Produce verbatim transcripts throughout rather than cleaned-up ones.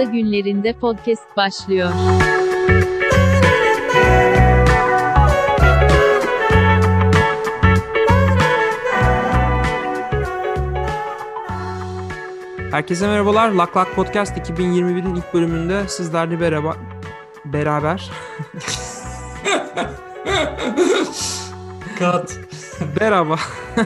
Günlerinde podcast başlıyor. Herkese merhabalar. Lak Lak Podcast iki bin yirmi birin ilk bölümünde sizlerle beraber beraber Kat. Merhaba.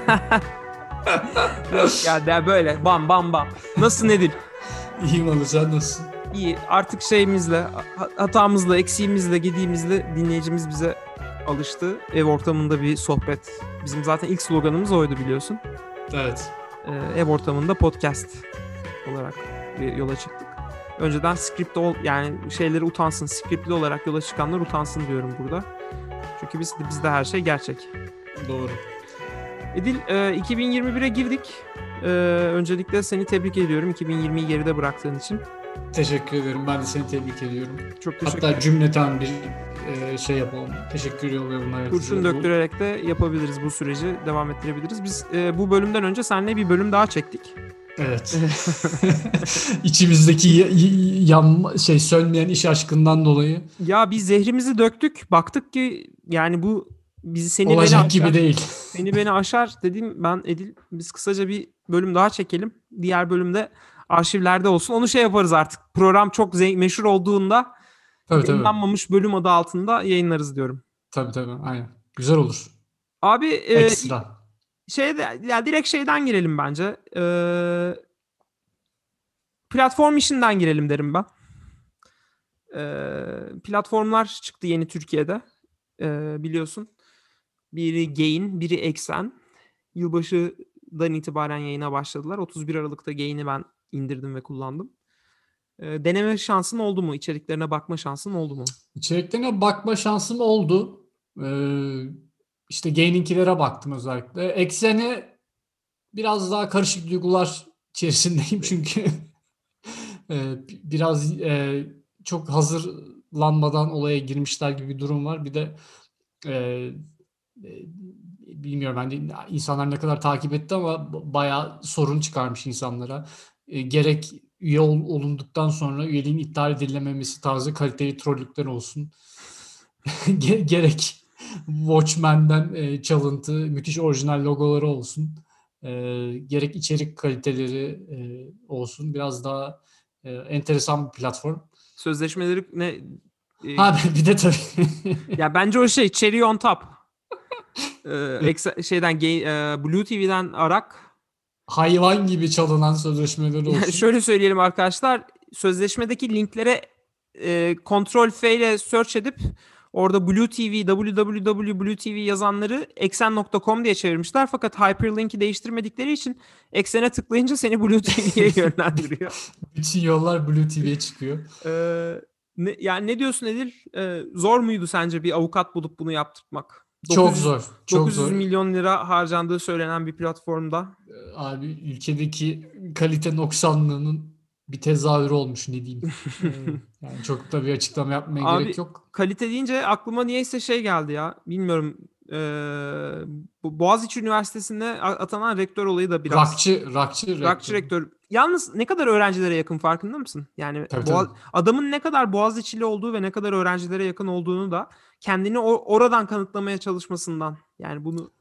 Yok ya de böyle bam bam bam. Nasılsın Edil? İyiyim abi, sen nasılsın? İyi. Artık şeyimizle, hatamızla, eksiğimizle, gediğimizle dinleyicimiz bize alıştı. Ev ortamında bir sohbet. Bizim zaten ilk sloganımız oydu biliyorsun. Evet. Ee, ev ortamında podcast olarak bir yola çıktık. Önceden script ol, yani şeyleri utansın, scriptli olarak yola çıkanlar utansın diyorum burada. Çünkü biz bizde her şey gerçek. Doğru. Edil, e, iki bin yirmi bire girdik. E, öncelikle seni tebrik ediyorum iki bin yirmiyi geride bıraktığın için. Teşekkür ederim. Ben de seni tebrik ediyorum. Çok teşekkür Hatta cümleten bir e, şey yapalım. Teşekkür yolluyorum. Kurşun döktürerek de yapabiliriz, bu süreci devam ettirebiliriz. Biz e, bu bölümden önce seninle bir bölüm daha çektik. Evet. İçimizdeki y- y- yan şey sönmeyen iş aşkından dolayı. Ya biz zehrimizi döktük. Baktık ki yani bu bizi seni olacak beni aşar, gibi değil. Seni beni aşar dedim ben Edil. Biz kısaca bir bölüm daha çekelim. Diğer bölümde arşivlerde olsun. Onu şey yaparız artık. Program çok zey- meşhur olduğunda Tabii tabii. yayınlanmamış bölüm adı altında yayınlarız diyorum. Tabii tabii. Aynen. Güzel olur. Abi e, Ekstra. Şeyde, ya direkt şeyden girelim bence. Ee, platform işinden girelim derim ben. Ee, platformlar çıktı yeni Türkiye'de. Ee, biliyorsun. Biri Gain, biri Eksen. Yılbaşıdan itibaren yayına başladılar. otuz bir Aralık'ta Gain'i ben indirdim ve kullandım. Ee, deneme şansın oldu mu? İçeriklerine bakma şansın oldu mu? İçeriklerine bakma şansım oldu. Ee, işte Gain'inkilere baktım özellikle. Eksen'e biraz daha karışık duygular içerisindeyim çünkü e, biraz e, çok hazırlanmadan olaya girmişler gibi bir durum var. Bir de e, e, bilmiyorum hani insanlar ne kadar takip etti ama bayağı sorun çıkarmış insanlara. E, gerek üye ol, olunduktan sonra üyeliğin iptal edilememesi tarzı kaliteli trollükler olsun. Gerek Watchmen'den e, çalıntı müthiş orijinal logoları olsun. E, gerek içerik kaliteleri e, olsun. Biraz daha e, enteresan bir platform. Sözleşmeleri ne? E, ha bir de tabii. ya bence o şey cherry on top. ee, ekse, şeyden e, Blue T V'den Arak. Hayvan gibi çalınan sözleşmeleri olsun. Yani şöyle söyleyelim arkadaşlar. Sözleşmedeki linklere e, Ctrl F ile search edip orada Blue T V, double-u double-u double-u nokta blue t v yazanları eksen nokta com diye çevirmişler. Fakat hyperlink'i değiştirmedikleri için eksene tıklayınca seni Blue T V'ye yönlendiriyor. Bütün yollar Blue T V'ye çıkıyor. Ee, ne, yani ne diyorsun Edil? Ee, zor muydu sence bir avukat bulup bunu yaptırmak? Çok zor. Çok dokuz yüz zor. milyon lira harcandığı söylenen bir platformda. Abi ülkedeki kalite noksanlığının bir tezahürü olmuş ne diyeyim. Yani çok da bir açıklama yapmaya Abi, gerek yok. Kalite deyince aklıma niyeyse şey geldi ya. Bilmiyorum. Ee, Boğaziçi Üniversitesi'nde atanan rektör olayı da biraz. Rakçı, rakçı rektör. Rakçı rektör. Yalnız ne kadar öğrencilere yakın farkında mısın? Yani tabii, Boğaz, tabii. adamın ne kadar Boğaziçi'li olduğu ve ne kadar öğrencilere yakın olduğunu da kendini or- oradan kanıtlamaya çalışmasından. Yani bunu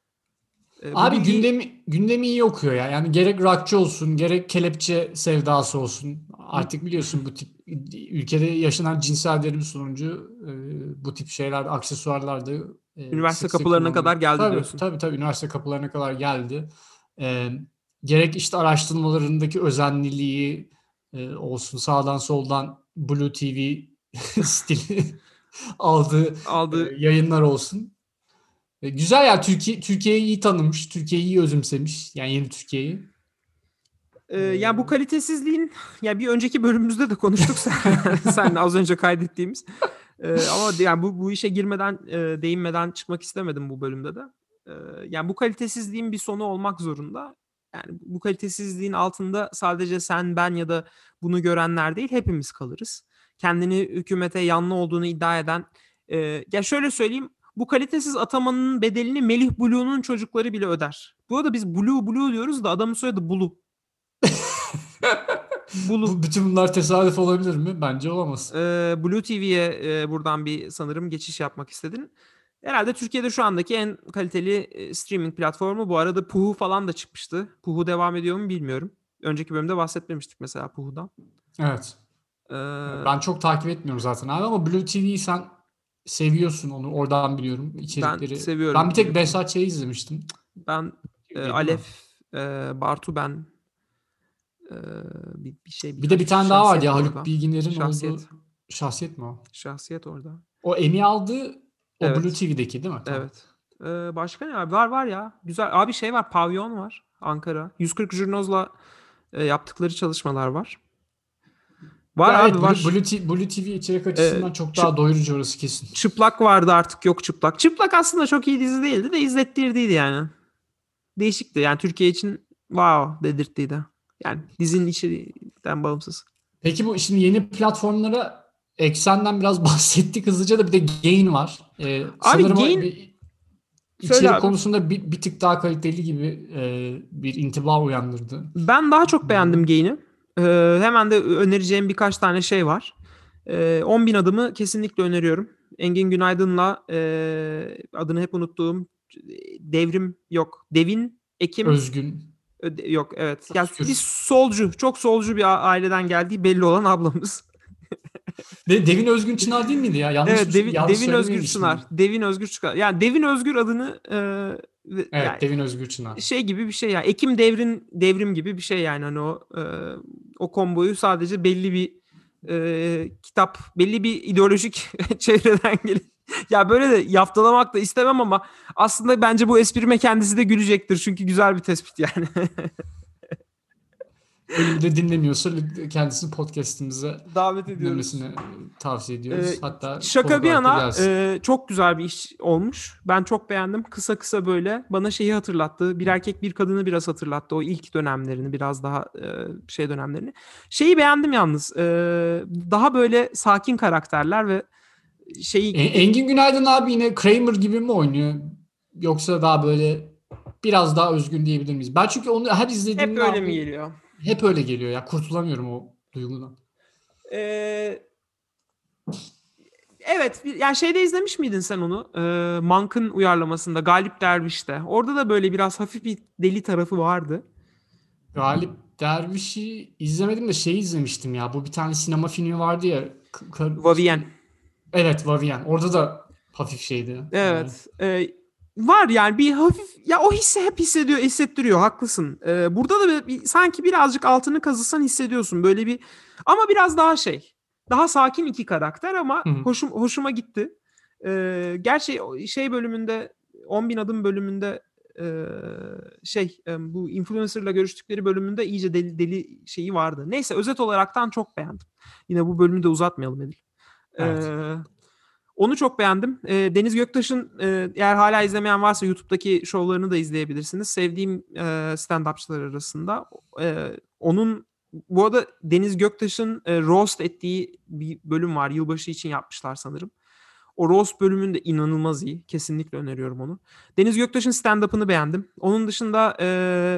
e, Abi bilgiyi... gündemi gündemi iyi okuyor ya. Yani gerek rakçı olsun, gerek kelepçe sevdası olsun. Artık biliyorsun bu tip ülkede yaşanan cinsel derim sonucu e, bu tip şeyler, aksesuarlar da e, üniversite sık sık kapılarına kullanılıyor. kadar geldi tabii, diyorsun. Tabii tabii üniversite kapılarına kadar geldi. E, gerek işte araştırmalarındaki özenliliği e, olsun, sağdan soldan Blue T V stili aldığı Aldığı... e, yayınlar olsun. E, güzel ya, Türkiye Türkiye'yi iyi tanımış, Türkiye'yi iyi özümsemiş. Yani yeni Türkiye'yi. Ee, yani bu kalitesizliğin ya bir önceki bölümümüzde de konuştuk sen, senle az önce kaydettiğimiz. Ee, ama yani bu bu işe girmeden e, değinmeden çıkmak istemedim bu bölümde de. Ee, yani bu kalitesizliğin bir sonu olmak zorunda. Yani bu kalitesizliğin altında sadece sen, ben ya da bunu görenler değil, hepimiz kalırız. Kendini hükümete yanlı olduğunu iddia eden, e, ya şöyle söyleyeyim, bu kalitesiz atamanın bedelini Melih Bulu'nun çocukları bile öder. Bu arada biz Blue Blue diyoruz da adamın soyadı Bulu. Blue, Bu, bütün bunlar tesadüf olabilir mi? Bence olamaz. e, Blue T V'ye e, buradan bir sanırım geçiş yapmak istedin. Herhalde Türkiye'de şu andaki en kaliteli e, streaming platformu. Bu arada Puhu falan da çıkmıştı. Puhu devam ediyor mu bilmiyorum. Önceki bölümde bahsetmemiştik mesela Puhu'dan. Evet. Ee, Ben çok takip etmiyorum zaten abi ama Blue T V'yi sen seviyorsun, onu oradan biliyorum içerikleri. Ben seviyorum Ben bir tek Blue T V. Behzatçı'yı izlemiştim. Ben e, Değil mi? Alef, e, Bartu ben e, bir, bir şey Bir birkaç de bir tane daha vardı şahsiyet ya, de Haluk orada. Bilginer'in Şahsiyet. olduğu. Şahsiyet mi o? Şahsiyet orada. O Emmy aldı, o Blue Evet. T V'deki değil mi? Tamam. Evet. Ee, başka ne var? Var var ya. Güzel. Abi şey var. Pavyon var. Ankara. yüz kırk Jurnoz'la e, yaptıkları çalışmalar var. Var Ya abi evet, Blue, var. Blue, T- Blue T V içerik Ee, açısından çok çı- daha doyurucu, orası kesin. Çıplak vardı, artık yok çıplak. Çıplak aslında çok iyi dizi değildi de izlettirdiydi yani. Değişikti. Yani Türkiye için wow dedirttiydi. Yani dizinin içeriğinden bağımsız. Peki bu şimdi yeni platformlara Eksen'den biraz bahsettik hızlıca da, bir de Gain var. Ee, Abi sanırım o Gain bir, söyle içerik abi. konusunda bir, bir tık daha kaliteli gibi e, bir intiba uyandırdı. Ben daha çok beğendim Gain'i. Ee, hemen de önereceğim birkaç tane şey var. Ee, on bin adımı kesinlikle öneriyorum. Engin Günaydın'la e, adını hep unuttuğum Devrim yok. Devin Ekim Özgün, Öde- yok evet. Ya bir Özgür. solcu, çok solcu bir a- aileden geldiği belli olan ablamız. De, Devin Özgün Çınar değil miydi ya? Yanlış Evet, bir şey, Devin, yanlış Devin Özgür söylemeyeyim Çınar. ismini. Devin Özgür Çınar. Yani Devin Özgür adını e, ve- yani Evet, Devin Özgür Çınar. şey gibi bir şey ya. Ekim Devrin Devrim gibi bir şey yani hani o e, o komboyu sadece belli bir e, kitap, belli bir ideolojik çevreden gelip ya böyle de yaftalamak da istemem ama aslında bence bu esprime kendisi de gülecektir çünkü güzel bir tespit yani. Bölümü de dinlemiyorsa kendisini podcast'imize Davet ediyoruz. dinlemesini tavsiye Ee, ediyoruz. Hatta şaka konuk bir olarak da yana gelsin. e, çok güzel bir iş olmuş. Ben çok beğendim. Kısa kısa böyle bana şeyi hatırlattı. Bir erkek bir kadını biraz hatırlattı. O ilk dönemlerini, biraz daha e, şey dönemlerini. Şeyi beğendim yalnız. E, daha böyle sakin karakterler ve şeyi E- Engin Günaydın abi yine Kramer gibi mi oynuyor? Yoksa daha böyle biraz daha özgün diyebilir miyiz? Ben çünkü onu her hep izlediğimde öyle mi abi geliyor? hep öyle geliyor ya. Kurtulamıyorum o duygudan. Ee, evet, bir- yani şeyde izlemiş miydin sen onu? Ee, Monk'ın uyarlamasında Galip Derviş'te. Orada da böyle biraz hafif bir deli tarafı vardı. Galip Derviş'i izlemedim de şey izlemiştim ya. Bu bir tane sinema filmi vardı ya. K- kar- Vavien. Evet, Vavien. Orada da hafif şeydi. Ee, Evet. e, var yani bir hafif ya o hissi hep hissediyor, hissettiriyor. Haklısın. E, burada da bir, bir- sanki birazcık altını kazısan hissediyorsun böyle bir ama biraz daha şey. Daha sakin iki karakter ama hı hı. hoşum hoşuma gitti. E, gerçi o şey bölümünde on bin adım bölümünde e, şey e, bu influencer'la görüştükleri bölümünde iyice deli, deli şeyi vardı. Neyse özet olaraktan çok beğendim. Yine bu bölümü de uzatmayalım Edil. Evet. Ee, onu çok beğendim. Ee, Deniz Göktaş'ın e, eğer hala izlemeyen varsa YouTube'daki şovlarını da izleyebilirsiniz. Sevdiğim e, stand-upçılar arasında. E, onun bu arada Deniz Göktaş'ın e, roast ettiği bir bölüm var. Yılbaşı için yapmışlar sanırım. O roast bölümünde inanılmaz iyi. Kesinlikle öneriyorum onu. Deniz Göktaş'ın stand-up'ını beğendim. Onun dışında e,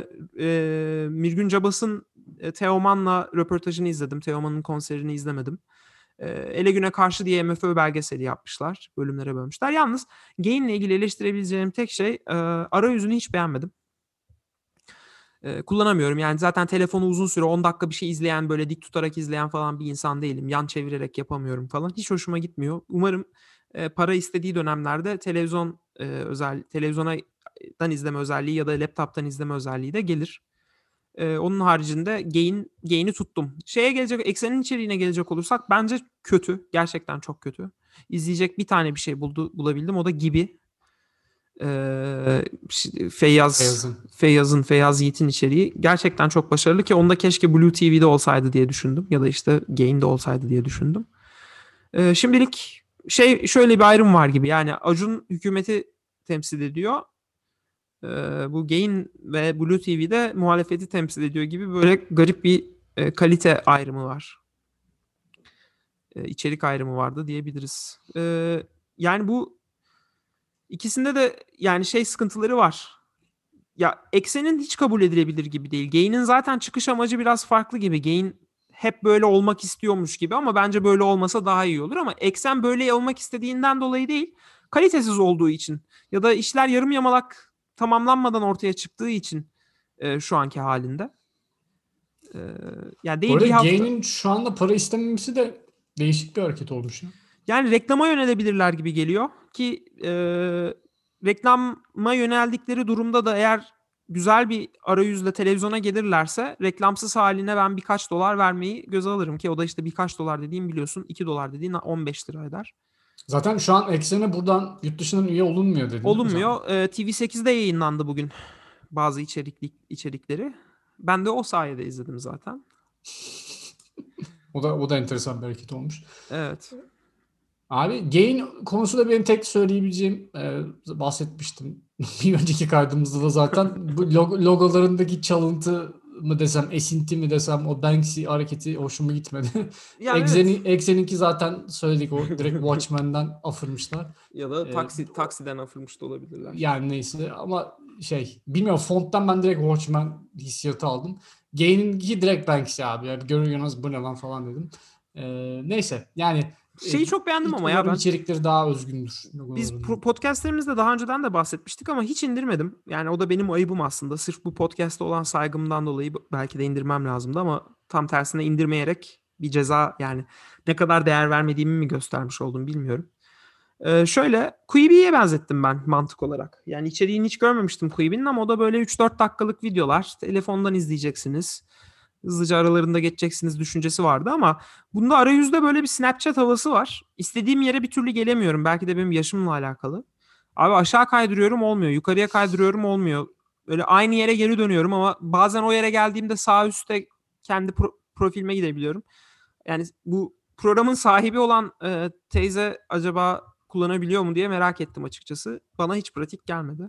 e, Mirgün Cabas'ın e, Teoman'la röportajını izledim. Teoman'ın konserini izlemedim. E, Ele Güne Karşı diye M F Ö belgeseli yapmışlar. Bölümlere bölmüşler. Yalnız Gain'le ilgili eleştirebileceğim tek şey e, arayüzünü hiç beğenmedim. E, kullanamıyorum. Yani zaten telefonu uzun süre on dakika bir şey izleyen, böyle dik tutarak izleyen falan bir insan değilim. Yan çevirerek yapamıyorum falan. Hiç hoşuma gitmiyor. Umarım e, para istediği dönemlerde televizyon e, özel televizyondan izleme özelliği ya da laptop'tan izleme özelliği de gelir. Ee, onun haricinde gain, gain'i tuttum. Şeye gelecek, eksenin içeriğine gelecek olursak bence kötü. Gerçekten çok kötü. İzleyecek bir tane bir şey buldu, bulabildim. O da Gibi. Ee, Feyyaz, Beyazın. Feyyaz'ın, Feyyaz Yiğit'in içeriği gerçekten çok başarılı ki onda keşke Blue T V'de olsaydı diye düşündüm. Ya da işte Gain'de olsaydı diye düşündüm. Ee, şimdilik şey şöyle bir ayrım var gibi. Yani Acun hükümeti temsil ediyor. Ee, bu Gain ve Blue T V'de muhalefeti temsil ediyor gibi böyle garip bir e, kalite ayrımı var. E, içerik ayrımı vardı diyebiliriz. E, yani bu ikisinde de yani şey sıkıntıları var. Ya eksenin hiç kabul edilebilir gibi değil. Gain'in zaten çıkış amacı biraz farklı gibi. Gain hep böyle olmak istiyormuş gibi ama bence böyle olmasa daha iyi olur ama Eksen böyle olmak istediğinden dolayı değil, kalitesiz olduğu için ya da işler yarım yamalak tamamlanmadan ortaya çıktığı için e, şu anki halinde. E, yani Bu değil arada bir hafta. Gain'in şu anda para istememesi de değişik bir hareket olmuş ya. Yani reklama yönelebilirler gibi geliyor ki e, reklama yöneldikleri durumda da eğer güzel bir arayüzle televizyona gelirlerse reklamsız haline ben birkaç dolar vermeyi göze alırım ki o da işte birkaç dolar dediğim biliyorsun iki dolar dediğin on beş lira eder. Zaten şu an Eksen'e buradan yurt dışından üye olunmuyor dedin. Olunmuyor. E, T V sekizde yayınlandı bugün bazı içerikli, içerikleri. Ben de o sayede izledim zaten. O da o da enteresan bir hareket olmuş. Evet. Abi Gain konusunda benim tek söyleyebileceğim e, bahsetmiştim. Bir önceki kaydımızda da zaten bu log- logolarındaki çalıntı mı desem, esinti mi desem o Banksy hareketi hoşuma gitmedi. Yani Exen'i, evet. Exen'inki zaten söyledik, o direkt Watchmen'den afırmışlar. Ya da Ee, taksi taksiden afırmış da olabilirler. Yani neyse ama şey bilmiyorum, fonttan ben direkt Watchmen hissiyatı aldım. Gain'inki direkt Banksy abi. Yani görüyorsunuz bu ne lan falan dedim. Ee, neyse yani Şeyi e, çok beğendim ama ya umarım ben. içerikleri daha özgündür. Biz pro- podcastlerimizde daha önceden de bahsetmiştik ama hiç indirmedim. Yani o da benim ayıbım aslında. Sırf bu podcast'ta olan saygımdan dolayı belki de indirmem lazımdı ama tam tersine indirmeyerek bir ceza, yani ne kadar değer vermediğimi mi göstermiş oldum bilmiyorum. Ee, şöyle Quibi'ye benzettim ben mantık olarak. Yani içeriğini hiç görmemiştim Quibi'nin ama o da böyle üç dört dakikalık videolar. Telefondan izleyeceksiniz. Hızlıca aralarında geçeceksiniz düşüncesi vardı ama bunda arayüzde böyle bir Snapchat havası var. İstediğim yere bir türlü gelemiyorum. Belki de benim yaşımla alakalı. Abi aşağı kaydırıyorum olmuyor. Yukarıya kaydırıyorum olmuyor. Öyle aynı yere geri dönüyorum ama bazen o yere geldiğimde sağ üstte kendi pro- profilime gidebiliyorum. Yani bu programın sahibi olan e, teyze acaba kullanabiliyor mu diye merak ettim açıkçası. Bana hiç pratik gelmedi.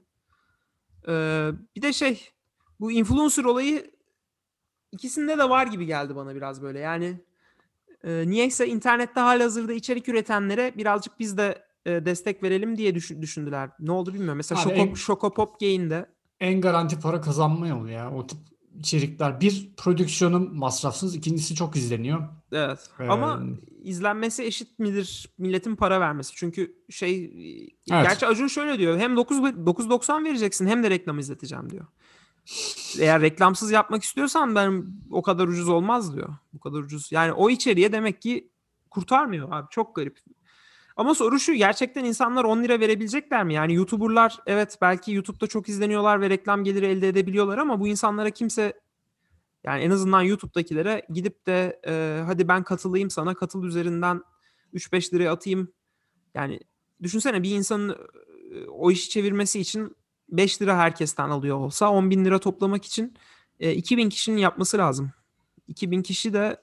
Ee, bir de şey, bu influencer olayı ikisinde de var gibi geldi bana biraz böyle. Yani e, niyeyse internette halihazırda içerik üretenlere birazcık biz de e, destek verelim diye düşün- düşündüler. Ne oldu bilmiyorum. Mesela Abi Şoko, en, Şokopop Gain'de. en garanti para kazanma yolu ya. O tip içerikler. Bir, prodüksiyonun masrafsız. İkincisi çok izleniyor. Evet. Ee, Ama izlenmesi eşit midir milletin para vermesi? Çünkü şey, e, evet. gerçi Acun şöyle diyor. Hem dokuz doksan vereceksin hem de reklam izleteceğim diyor. Eğer reklamsız yapmak istiyorsan ben o kadar ucuz olmaz diyor. Bu kadar ucuz. Yani o içeriğe demek ki kurtarmıyor abi. Çok garip. Ama soru şu, gerçekten insanlar on lira verebilecekler mi? Yani YouTuber'lar evet belki YouTube'da çok izleniyorlar ve reklam geliri elde edebiliyorlar ama bu insanlara kimse, yani en azından YouTube'dakilere gidip de e, hadi ben katılayım sana, katıl üzerinden üç beş liraya atayım. Yani düşünsene bir insanın e, o işi çevirmesi için beş lira herkesten alıyor olsa on bin lira toplamak için e, iki bin kişinin yapması lazım. iki bin kişi de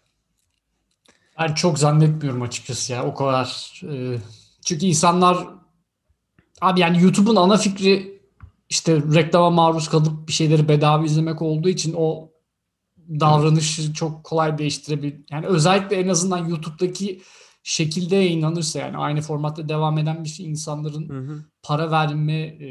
Ben çok zannetmiyorum açıkçası ya. O kadar. E, çünkü insanlar abi yani YouTube'un ana fikri işte reklama maruz kalıp bir şeyleri bedava izlemek olduğu için o evet. davranışı çok kolay değiştirebilir. Yani özellikle en azından YouTube'daki şekilde yayınlanırsa, yani aynı formatta devam eden bir şey, insanların Hı hı. para verme e,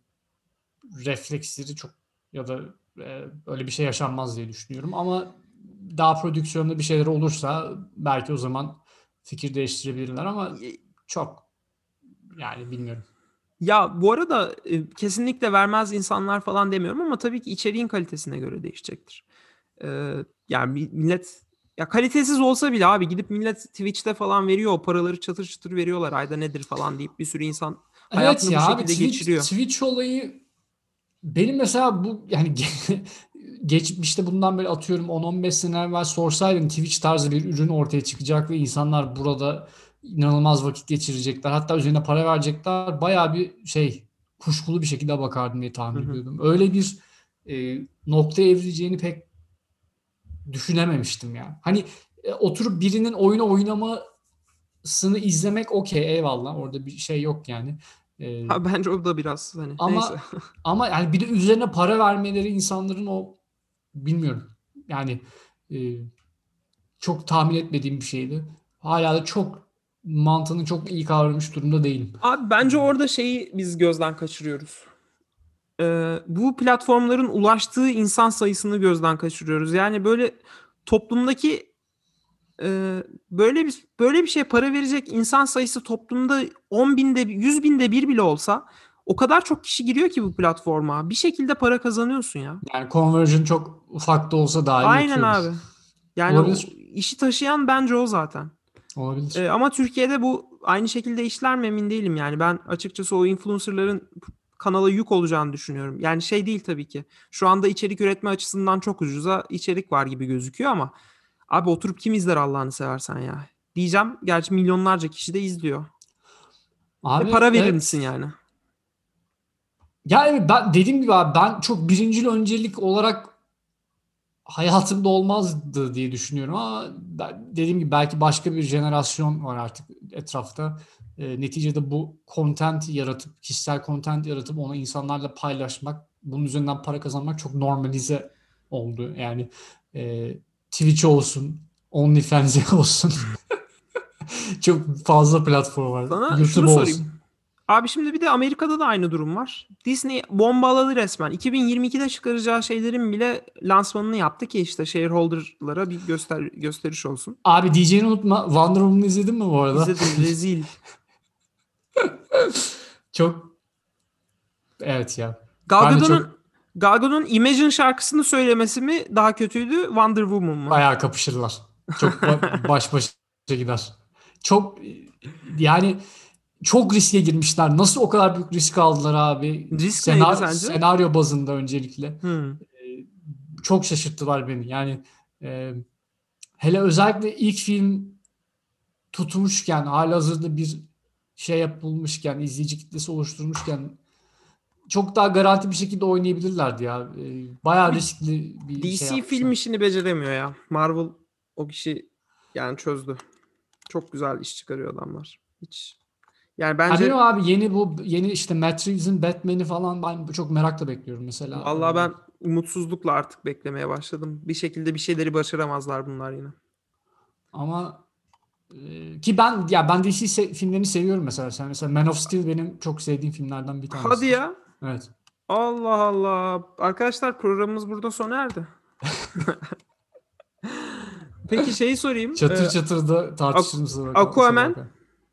refleksleri çok, ya da e, öyle bir şey yaşanmaz diye düşünüyorum. Ama daha prodüksiyonlu bir şeyler olursa belki o zaman fikir değiştirebilirler ama çok, yani bilmiyorum. Ya bu arada e, kesinlikle vermez insanlar falan demiyorum ama tabii ki içeriğin kalitesine göre değişecektir. Ee, yani millet, ya kalitesiz olsa bile abi gidip millet Twitch'te falan veriyor, o paraları çatır çatır veriyorlar, ayda nedir falan deyip bir sürü insan Evet hayatını bu ya abi, şekilde Twitch, geçiriyor. Twitch olayı benim mesela bu yani geçmişte bundan böyle atıyorum on on beş sene evvel sorsaydım Twitch tarzı bir ürün ortaya çıkacak ve insanlar burada inanılmaz vakit geçirecekler, hatta üzerine para verecekler, bayağı bir şey, kuşkulu bir şekilde bakardım diye Hı tahmin hı. ediyordum. Öyle bir e, noktaya evrileceğini pek düşünememiştim ya. Hani e, oturup birinin oyunu oynamasını izlemek okey, eyvallah, orada bir şey yok yani. E, Ha, bence o da biraz hani neyse. ama ama yani bir de üzerine para vermeleri insanların, o bilmiyorum. Yani e, çok tahmin etmediğim bir şeydi. Hala da çok mantığını çok iyi kavramış durumda değilim. Abi bence orada şeyi biz gözden kaçırıyoruz. Ee, bu platformların ulaştığı insan sayısını gözden kaçırıyoruz. Yani böyle toplumdaki e, böyle bir böyle bir şeye para verecek insan sayısı toplumda on binde yüz binde bir bile olsa o kadar çok kişi giriyor ki bu platforma. Bir şekilde para kazanıyorsun ya. Yani conversion çok ufak da olsa dahi Aynen yetiyordur. abi. Yani o, Olabilir. işi taşıyan bence o zaten. Olabilir. E, ama Türkiye'de bu aynı şekilde işler mi emin değilim yani. Ben açıkçası o influencerların kanala yük olacağını düşünüyorum. Yani şey değil tabii ki. Şu anda içerik üretme açısından çok ucuza içerik var gibi gözüküyor ama abi oturup kim izler Allah'ını seversen ya. Diyeceğim. Gerçi milyonlarca kişi de izliyor. Ve Abi para verir evet. misin yani? Ya evet, ben dediğim gibi abi ben çok birincil öncelik olarak hayatımda olmazdı diye düşünüyorum ama ben, dediğim gibi belki başka bir jenerasyon var artık etrafta. E, neticede bu content yaratıp, kişisel content yaratıp onu insanlarla paylaşmak, bunun üzerinden para kazanmak çok normalize oldu. Yani e, Twitch olsun, OnlyFans olsun. Çok fazla platform var. Sana şunu YouTube sorayım. olsun. Abi şimdi bir de Amerika'da da aynı durum var. Disney bombaladı resmen. iki bin yirmi ikide çıkaracağı şeylerin bile lansmanını yaptı ki işte shareholder'lara bir göster gösteriş olsun. Abi diyeceğini unutma. Wonder Woman'ı izledin mi bu arada? İzledim, rezil. Çok evet ya. Gal Ben de Gadot'un çok Gal Gadot'un Imagine şarkısını söylemesi mi daha kötüydü, Wonder Woman mı? bayağı kapışırlar. Çok ba- baş başa gider. Çok yani çok riske girmişler. Nasıl o kadar büyük risk aldılar abi? Risk neydi Sena- sence? senaryo bazında öncelikle. Hmm. Ee, Çok şaşırttılar beni. Yani e, hele özellikle ilk film tutmuşken, halihazırda bir şey yapılmışken, izleyici kitlesi oluşturmuşken çok daha garanti bir şekilde oynayabilirlerdi ya. Ee, Bayağı Abi riskli bir D şey C film yapmışlar. işini beceremiyor ya. Marvel o kişi yani çözdü. Çok güzel iş çıkarıyor adamlar. Hiç. Yani Ha bilmiyorum bence abi yeni bu yeni işte Matt Reeves'in Batman'i falan ben çok merakla bekliyorum mesela. vallahi ben umutsuzlukla artık beklemeye başladım. Bir şekilde bir şeyleri başaramazlar bunlar yine. Ama e, ki ben ya ben D C se- filmlerini seviyorum mesela. Sen mesela Man of Steel benim çok sevdiğim filmlerden bir Hadi tanesidir. ya. Evet. Allah Allah. Arkadaşlar programımız burada sona erdi. Peki şeyi sorayım. Çatır Ee, çatır da Aqu- tartışırız sabah sabaha Aquaman. kadar.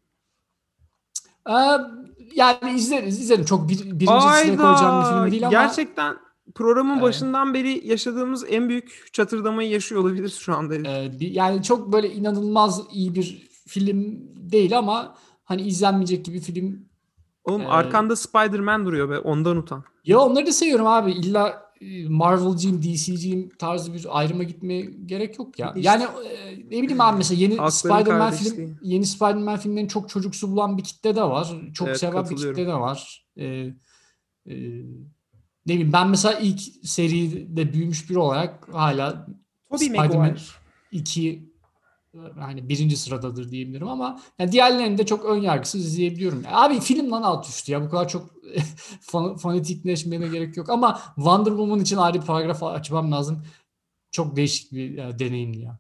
Ee, Yani izleriz, izlerim. Çok bir, birinci sıraya koyacağım bir Ayda film değil ama gerçekten programın e, başından beri yaşadığımız en büyük çatırdamayı yaşıyor olabiliriz şu anda. e, bir, yani çok böyle inanılmaz iyi bir film değil ama hani izlenmeyecek gibi film. Oğlum e, arkanda Spider-Man duruyor be ondan utan. Ya onları da seviyorum abi. İlla e, Marvel'cıyım, D C'ciyim tarzı bir ayrıma gitmeye gerek yok ya. İşte Yani e, ne bileyim abi mesela yeni halkların Spider-Man kardeşliği. film, yeni Spider-Man filmlerini çok çocuksu bulan bir kitle de var. Çok Evet seven bir katılıyorum. kitle de var. E, e, Ne bileyim ben mesela ilk seride büyümüş biri olarak hala Tobey Spider-Man Maguire. iki hani birinci sıradadır diyebilirim ama yani diğerlerini de çok ön yargısız izleyebiliyorum. Abi film lan alt üstü ya bu kadar çok fan- fanatikleşmeye de gerek yok ama Wonder Woman için ayrı bir paragraf açmam lazım. Çok değişik bir ya, deneyimdi ya.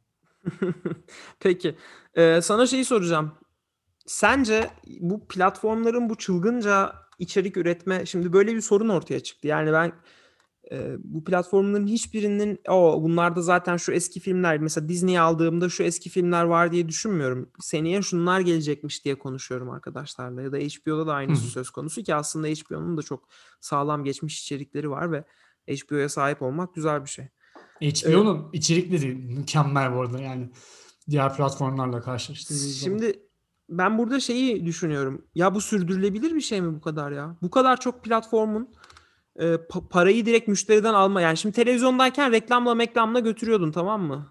Peki. Ee, sana şeyi soracağım. Sence bu platformların bu çılgınca içerik üretme şimdi böyle bir sorun ortaya çıktı. Yani ben e, bu platformların hiçbirinin o bunlarda zaten şu eski filmler mesela Disney'i aldığımda şu eski filmler var diye düşünmüyorum. Seneye şunlar gelecekmiş diye konuşuyorum arkadaşlarla ya da H B O'da da Hı aynısı hı. söz konusu ki aslında H B O'nun da çok sağlam geçmiş içerikleri var ve H B O'ya sahip olmak güzel bir şey. Ee, H B O'nun içerikleri mükemmel bu arada yani diğer platformlarla karşılaştırdığınız zaman. Şimdi ben burada şeyi düşünüyorum. Ya bu sürdürülebilir bir şey mi bu kadar ya? Bu kadar çok platformun e, pa- parayı direkt müşteriden alma. Yani şimdi televizyondayken reklamla meklamla götürüyordun tamam mı?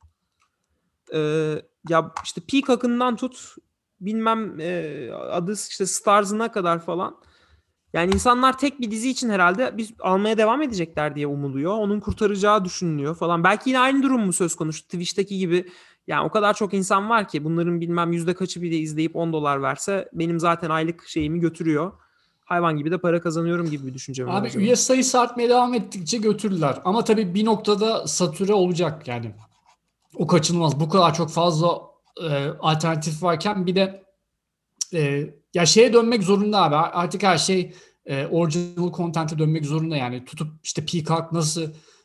Ee, ya işte Peacock'ından tut bilmem e, adı işte Stars'ına kadar falan. Yani insanlar tek bir dizi için herhalde biz almaya devam edecekler diye umuluyor. Onun kurtaracağı düşünülüyor falan. Belki yine aynı durum mu söz konusu? Twitch'teki gibi yani o kadar çok insan var ki bunların bilmem yüzde kaçı bile izleyip on dolar verse benim zaten aylık şeyimi götürüyor. Hayvan gibi de para kazanıyorum gibi bir düşünce mi var Abi acaba? üye sayısı artmaya devam ettikçe götürürler. Ama tabii bir noktada satüre olacak yani. O kaçınılmaz. Bu kadar çok fazla e, alternatif varken bir de e, ya şeye dönmek zorunda abi. Artık her şey e, original content'e dönmek zorunda yani. Tutup işte Peacock nasıl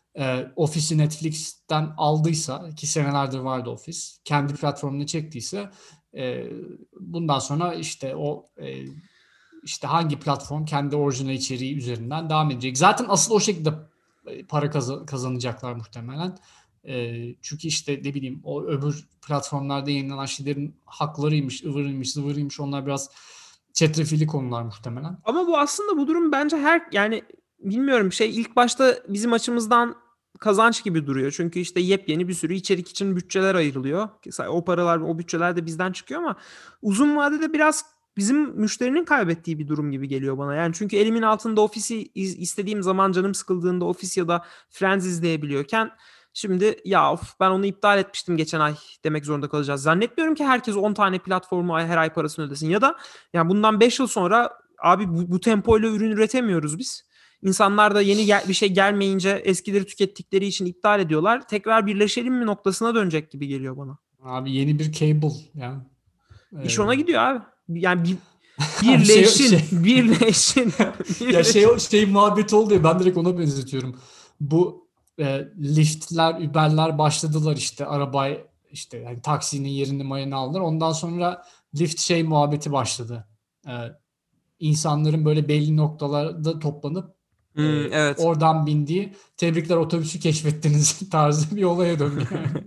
e, Office'i Netflix'ten aldıysa, ki senelerdir vardı Office, kendi platformuna çektiyse e, bundan sonra işte o e, işte hangi platform kendi orijinal içeriği üzerinden devam edecek. Zaten asıl o şekilde para kazanacaklar muhtemelen. E, çünkü işte ne bileyim o öbür platformlarda yayınlanan şeylerin haklarıymış, ıvırıymış, zıvırıymış, onlar biraz çetrefilli konular muhtemelen. Ama bu aslında bu durum bence her yani bilmiyorum şey ilk başta bizim açımızdan kazanç gibi duruyor. Çünkü işte yepyeni bir sürü içerik için bütçeler ayrılıyor. O paralar, o bütçeler de bizden çıkıyor ama uzun vadede biraz bizim müşterinin kaybettiği bir durum gibi geliyor bana. Yani çünkü elimin altında Office'i istediğim zaman canım sıkıldığında Office ya da Friends izleyebiliyorken şimdi ya of ben onu iptal etmiştim geçen ay demek zorunda kalacağız. Zannetmiyorum ki herkes on tane platformu her ay parasını ödesin. Ya da yani bundan beş yıl sonra abi bu, bu tempoyla ürün üretemiyoruz biz. İnsanlar da yeni gel- bir şey gelmeyince eskileri tükettikleri için iptal ediyorlar. Tekrar birleşelim mi noktasına dönecek gibi geliyor bana. Abi yeni bir cable yani. İş Ee... ona gidiyor abi. Yani bir, birleşin, şey, şey... birleşin. Ya şey şey muhabbet oldu ya, ben direkt ona benzetiyorum. Bu e, Lyft'ler, Uber'ler başladılar işte arabayı işte yani taksinin yerini mayını aldılar. Ondan sonra Lyft şey muhabbeti başladı. E, insanların böyle belli noktalarda toplanıp hmm, e, evet. oradan bindiği, tebrikler otobüsü keşfettiniz tarzı bir olaya döndü yani.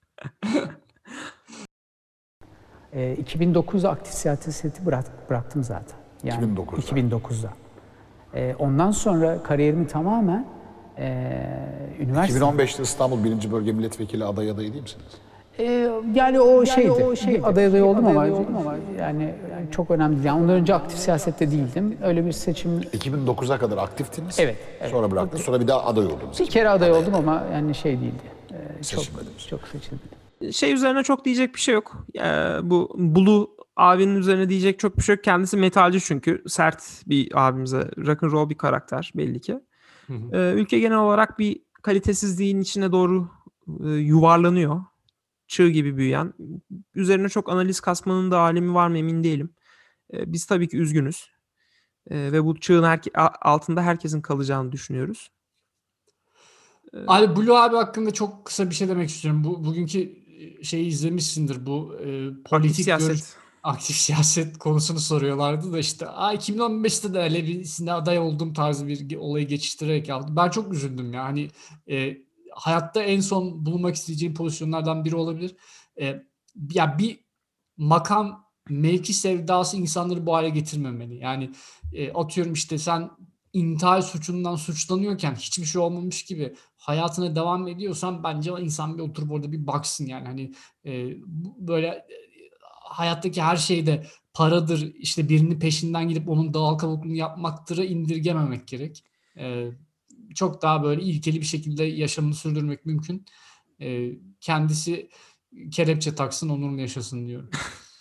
E, iki bin dokuzda aktif siyaseti bırak, bıraktım zaten. Yani iki bin dokuzda. iki bin dokuzda. E, ondan sonra kariyerimi tamamen e, üniversite... iki bin on beşte İstanbul birinci Bölge Milletvekili adayı adayı değil misiniz? E, yani o yani şeydi, o şeydi. aday adayı oldum, aday ama, adayı oldum ama yani çok önemli değil. Yani ondan önce aktif siyasette değildim. Öyle bir seçim... iki bin dokuza kadar aktiftiniz. Evet. evet. Sonra bıraktınız. Sonra bir daha aday oldunuz. Bir kere aday oldum ama yani şey değildi. E, çok, çok seçilmedi. Şey üzerine çok diyecek bir şey yok. Ee, bu Blue abinin üzerine diyecek çok bir şey yok. Kendisi metalci çünkü. Sert bir abimize. Rock'n'roll bir karakter belli ki. Hı hı. Ee, ülke genel olarak bir kalitesizliğin içine doğru e, yuvarlanıyor. Çığ gibi büyüyen. Üzerine çok analiz kasmanın da alemi var mı emin değilim. Ee, biz tabii ki üzgünüz. Ee, ve bu çığın herke- altında herkesin kalacağını düşünüyoruz. Abi Blue abi hakkında çok kısa bir şey demek istiyorum. Bu bugünkü şeyi izlemişsindir. Bu e, politik Aktif siyaset. görüş, aktif siyaset konusunu soruyorlardı da işte iki bin on beşte de öyle birisine aday olduğum tarzı bir olayı geçiştirerek yaptı. Ben çok üzüldüm ya. Hani e, hayatta en son bulunmak isteyeceğim pozisyonlardan biri olabilir. E, ya bir makam, mevki sevdası insanları bu hale getirmemeli. Yani e, atıyorum işte sen intihar suçundan suçlanıyorken hiçbir şey olmamış gibi hayatına devam ediyorsan bence insan bir oturup orada bir baksın yani hani e, böyle e, hayattaki her şeyde paradır işte birinin peşinden gidip onun dal kavuklunu yapmaktırı indirgememek gerek. E, çok daha böyle ilkeli bir şekilde yaşamını sürdürmek mümkün. E, kendisi kelepçe taksın, onurlu yaşasın diyorum.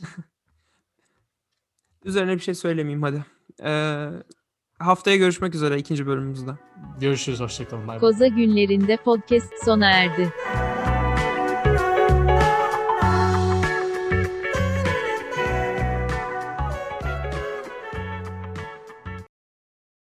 Üzerine bir şey söylemeyeyim hadi. Ee, haftaya görüşmek üzere ikinci bölümümüzde. Görüşürüz, hoşçakalın. Bay bay. Koza günlerinde podcast sona erdi.